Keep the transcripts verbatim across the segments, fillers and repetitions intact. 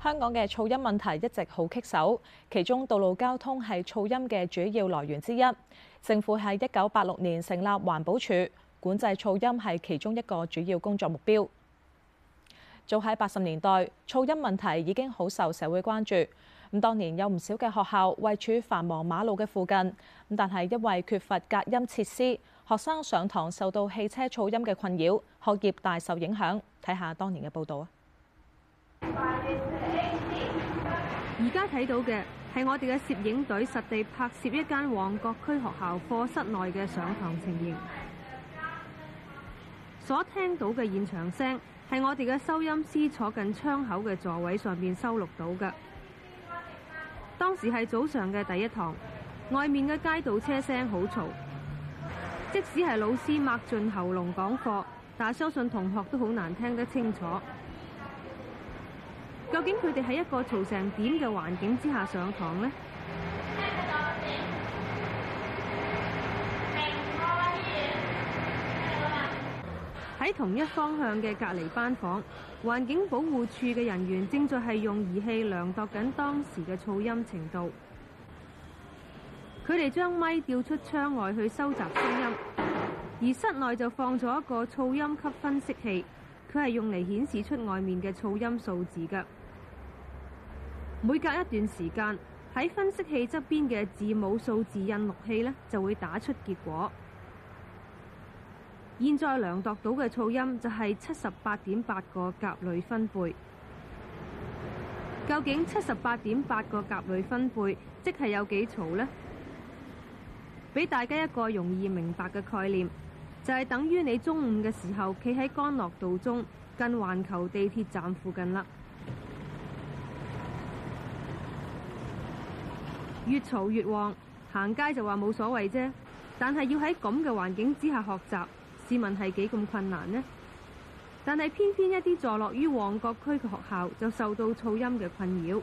香港嘅噪音問題一直好棘手，其中道路交通係噪音嘅主要來源之一。政府喺一九八六年成立環保署，管制噪音係其中一個主要工作目標。早喺八十年代，噪音問題已經好受社會關注。咁當年有唔少嘅學校位處繁忙馬路嘅附近，咁但係因為缺乏隔音設施，學生上堂受到汽車噪音嘅困擾，學業大受影響。睇下當年嘅報導啊！ 而家睇到嘅係我哋嘅攝影隊實地拍攝一間旺角區學校課室內嘅上堂情形，所聽到嘅現場聲係我哋嘅收音師坐近窗口嘅座位上面收錄到嘅。當時係早上嘅第一堂，外面嘅街道車聲好嘈，即使係老師擘盡喉嚨講課，但係相信同學都好難聽得清楚。究竟佢哋喺一個嘈成點嘅環境之下上堂呢？喺同一方向嘅隔離班房，環境保護處嘅人員正在係用儀器量度緊當時嘅噪音程度。佢哋將咪調出窗外去收集聲音，而室內就放咗一個噪音級分析器，佢係用嚟顯示出外面嘅噪音數字㗎。每隔一段時間，喺分析器側邊嘅字母數字印錄器呢就會打出結果。現在量度到嘅噪音就係七十八點八個甲類分貝。究竟七十八點八個甲類分貝即係有幾嘈呢？俾大家一個容易明白嘅概念，就係等於你中午嘅時候企喺干諾道中近環球地鐵站附近啦。越嘈越旺，行街就話冇所謂啫。但係要喺咁嘅環境之下學習，試問係幾咁困難呢？但係偏偏一啲坐落於旺角區嘅學校就受到噪音嘅困擾。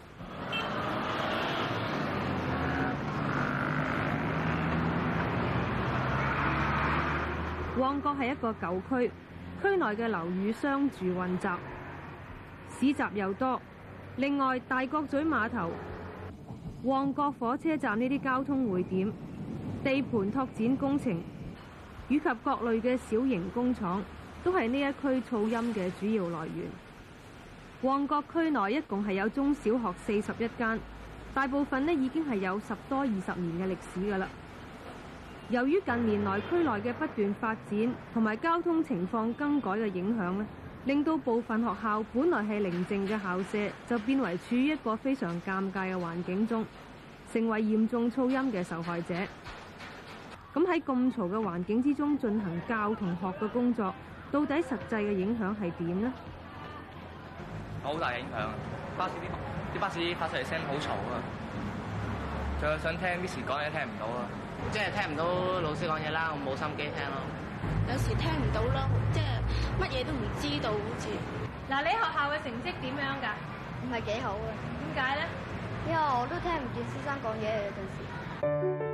旺角係一個舊區，區內嘅樓宇商住混雜，市集又多。另外，大角咀碼頭、旺角火車站呢啲交通匯點、地盤拓展工程以及各類嘅小型工廠，都係呢一區噪音嘅主要來源。旺角區內一共係有中小學四十一間，大部分呢已經係有十多二十年嘅歷史㗎啦。由於近年來區內嘅不斷發展同埋交通情況更改嘅影響呢，令到部分學校本來係寧靜嘅校舍，就變為處於一個非常尷尬嘅環境中，成為嚴重噪音嘅受害者。咁喺咁嘈嘅環境之中進行教同學嘅工作，到底實際嘅影響係點呢？ 好大影響，巴士啲啲巴士發出嚟聲好嘈啊！仲有想聽 Miss 講嘢聽唔到啊！即係聽唔到老師講嘢啦，我冇心機聽咯。 有時聽唔到咯，即係乜嘢都唔知道，好似。 嗱，你學校嘅成績點樣㗎？ 唔係幾好啊。 點解咧？ 因為我都聽唔見先生講嘢，有陣時。